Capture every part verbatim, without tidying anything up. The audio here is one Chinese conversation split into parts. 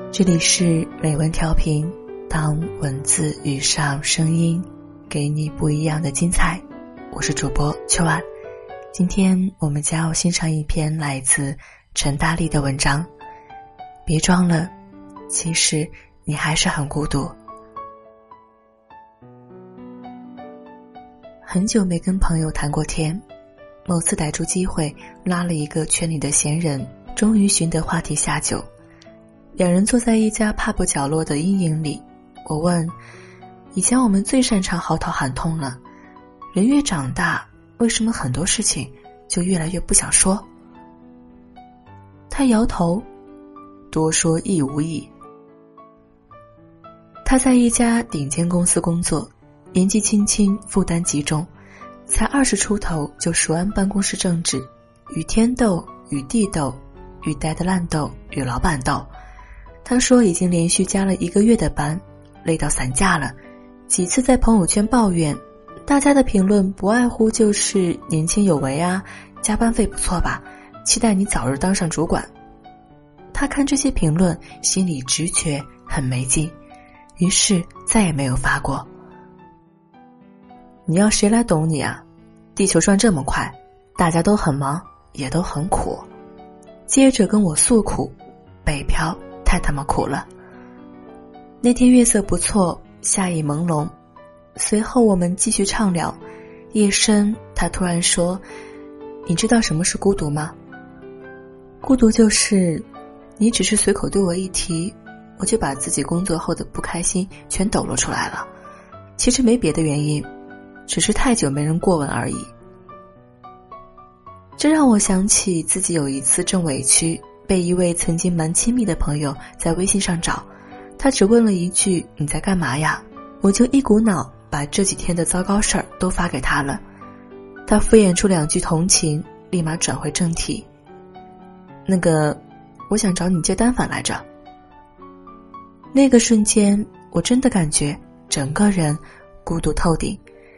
这里是美文调频，当文字遇上声音，给你不一样的精彩。我是主播秋婉，今天我们将要欣赏一篇来自陈大力的文章。别装了，其实你还是很孤独。很久没跟朋友谈过天，某次逮住机会，拉了一个圈里的闲人，终于寻得话题下酒。两人坐在一家 pub 角落的阴影里，我问，以前我们最擅长嚎啕喊痛了，人越长大，为什么很多事情就越来越不想说？他摇头，多说亦无益。他在一家顶尖公司工作，年纪轻轻，负担极重，才二十出头就熟谙办公室政治，与天斗，与地斗，与呆的烂斗，与老板斗。他说已经连续加了一个月的班，累到散架了，几次在朋友圈抱怨，大家的评论不外乎就是年轻有为啊，加班费不错吧，期待你早日当上主管。他看这些评论，心里直觉很没劲，于是再也没有发过。你要谁来懂你啊？地球转这么快，大家都很忙，也都很苦。接着跟我诉苦，北漂太他妈苦了。那天月色不错，夏意朦胧，随后我们继续畅聊。夜深，他突然说，你知道什么是孤独吗？孤独就是你只是随口对我一提，我就把自己工作后的不开心全抖落出来了，其实没别的原因，只是太久没人过问而已。这让我想起自己有一次正委屈，被一位曾经蛮亲密的朋友在微信上找，他只问了一句，你在干嘛呀？我就一股脑把这几天的糟糕事儿都发给他了。他敷衍出两句同情，立马转回正题。那个，我想找你借单反来着。那个瞬间，我真的感觉整个人孤独透顶。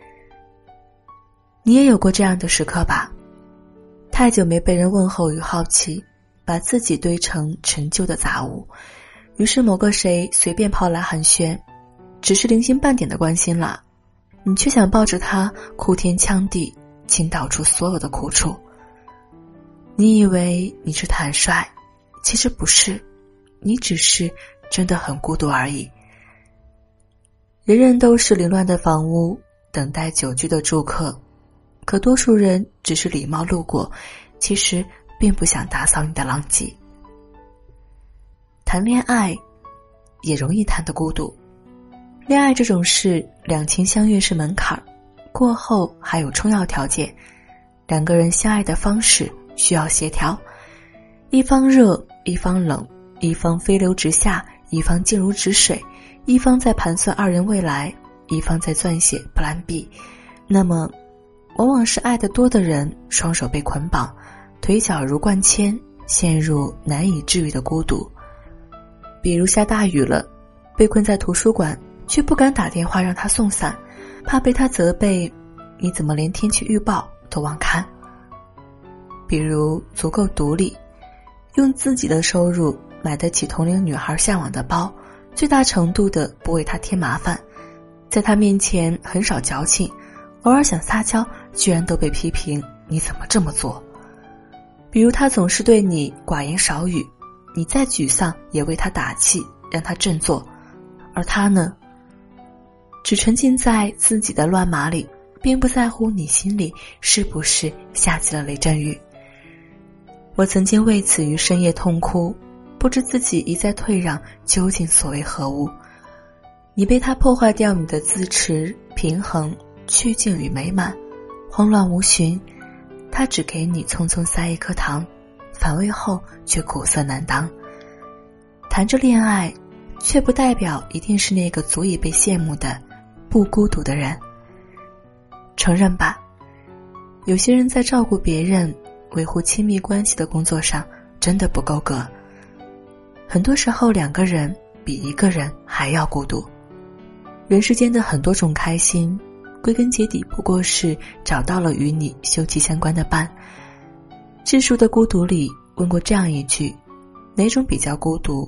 你也有过这样的时刻吧？太久没被人问候与好奇，把自己堆成陈旧的杂物，于是某个谁随便跑来寒暄，只是零星半点的关心啦，你却想抱着他哭天抢地，倾倒出所有的苦楚。你以为你是坦率，其实不是，你只是真的很孤独而已。人人都是凌乱的房屋，等待久居的住客，可多数人只是礼貌路过，其实并不想打扫你的狼藉。谈恋爱也容易谈得孤独。恋爱这种事，两情相悦是门槛，过后还有充要条件，两个人相爱的方式需要协调，一方热，一方冷，一方飞流直下，一方静如止水，一方在盘算二人未来，一方在撰写 Plan B。 那么往往是爱得多的人，双手被捆绑，腿脚如灌铅，陷入难以治愈的孤独。比如下大雨了，被困在图书馆，却不敢打电话让他送伞，怕被他责备，你怎么连天气预报都忘看。比如足够独立，用自己的收入买得起同龄女孩向往的包，最大程度的不为他添麻烦，在他面前很少矫情，偶尔想撒娇，居然都被批评你怎么这么做。比如他总是对你寡言少语，你再沮丧也为他打气，让他振作，而他呢，只沉浸在自己的乱麻里，并不在乎你心里是不是下起了雷阵雨。我曾经为此于深夜痛哭，不知自己一再退让究竟所为何物。你被他破坏掉你的自持、平衡、趣静与美满，慌乱无寻，他只给你匆匆塞一颗糖，反胃后却苦涩难当。谈着恋爱，却不代表一定是那个足以被羡慕的不孤独的人。承认吧，有些人在照顾别人、维护亲密关系的工作上真的不够格。很多时候两个人比一个人还要孤独。人世间的很多种开心，归根结底不过是找到了与你休戚相关的伴。智树的孤独里问过这样一句，哪种比较孤独？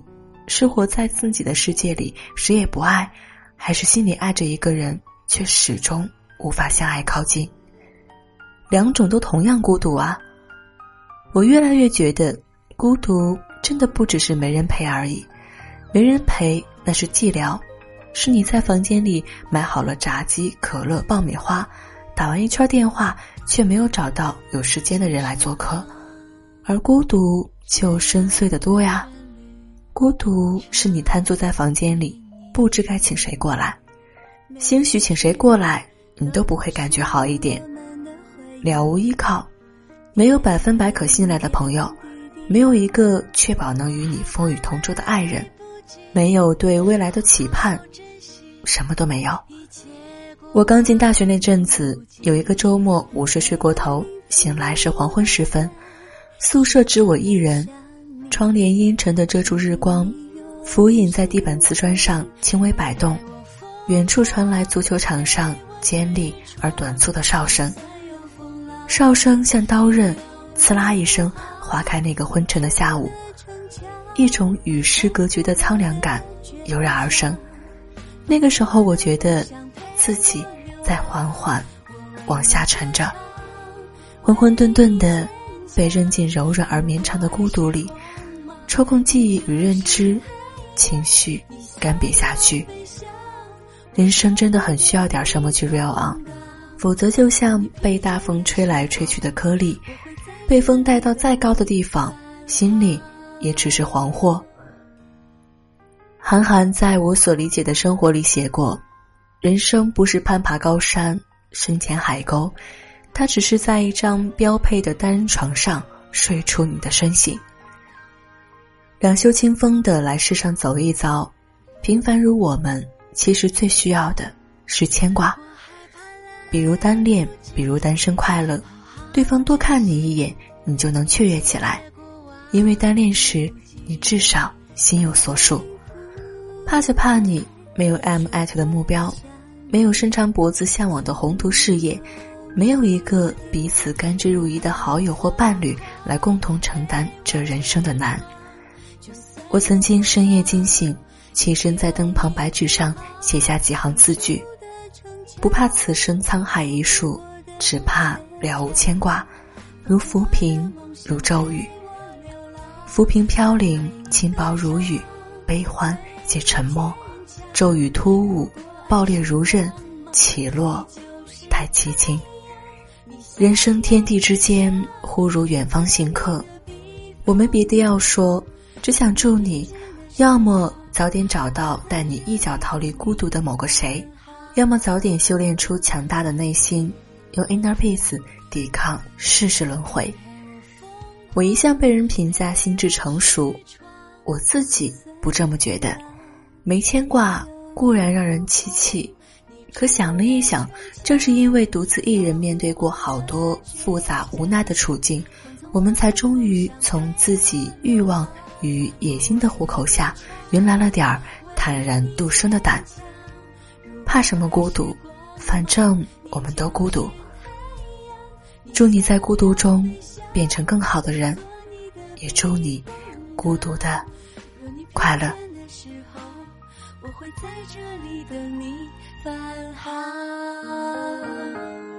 是活在自己的世界里，谁也不爱，还是心里爱着一个人，却始终无法相爱靠近。两种都同样孤独啊。我越来越觉得，孤独真的不只是没人陪而已。没人陪，那是寂寥，是你在房间里买好了炸鸡、可乐、爆米花，打完一圈电话，却没有找到有时间的人来做客。而孤独就深邃得多呀。孤独是你瘫坐在房间里，不知该请谁过来，兴许请谁过来，你都不会感觉好一点。了无依靠，没有百分百可信赖的朋友，没有一个确保能与你风雨同舟的爱人，没有对未来的期盼，什么都没有。我刚进大学那阵子，有一个周末午睡睡过头，醒来是黄昏时分，宿舍只我一人，窗帘阴沉地遮住日光，浮影在地板瓷砖上轻微摆动，远处传来足球场上尖利而短促的哨声，哨声像刀刃，刺啦一声划开那个昏沉的下午，一种与世隔绝的苍凉感油然而生。那个时候我觉得自己在缓缓往下沉着，浑浑沌沌的被扔进柔软而绵长的孤独里，抽空记忆与认知，情绪干瘪下去。人生真的很需要点什么去 real on， 否则就像被大风吹来吹去的颗粒，被风带到再高的地方，心里也只是惶惑。韩寒在我所理解的生活里写过，人生不是攀爬高山，深潜海沟，它只是在一张标配的单人床上睡出你的身形。两袖清风的来世上走一遭，平凡如我们，其实最需要的是牵挂。比如单恋，比如单身快乐，对方多看你一眼，你就能雀跃起来，因为单恋时你至少心有所属。怕就怕你没有 M at 的目标，没有伸长脖子向往的宏图事业，没有一个彼此甘之如饴的好友或伴侣来共同承担这人生的难。我曾经深夜惊醒，起身在灯旁白纸上写下几行字句，不怕此生沧海一粟，只怕了无牵挂，如浮萍，如骤雨。浮萍飘零，轻薄如雨，悲欢皆沉默，骤雨突兀，爆裂如刃，起落太凄清。人生天地之间，忽如远方行客，我没别的要说，只想祝你，要么早点找到带你一脚逃离孤独的某个谁，要么早点修炼出强大的内心，用 inner peace 抵抗世事轮回。我一向被人评价心智成熟，我自己不这么觉得。没牵挂固然让人凄戚，可想了一想，正是因为独自一人面对过好多复杂无奈的处境，我们才终于从自己欲望与野心的虎口下原来了点儿坦然度生的胆。怕什么孤独，反正我们都孤独。祝你在孤独中变成更好的人，也祝你孤独的快乐。 我会在这里等你返航。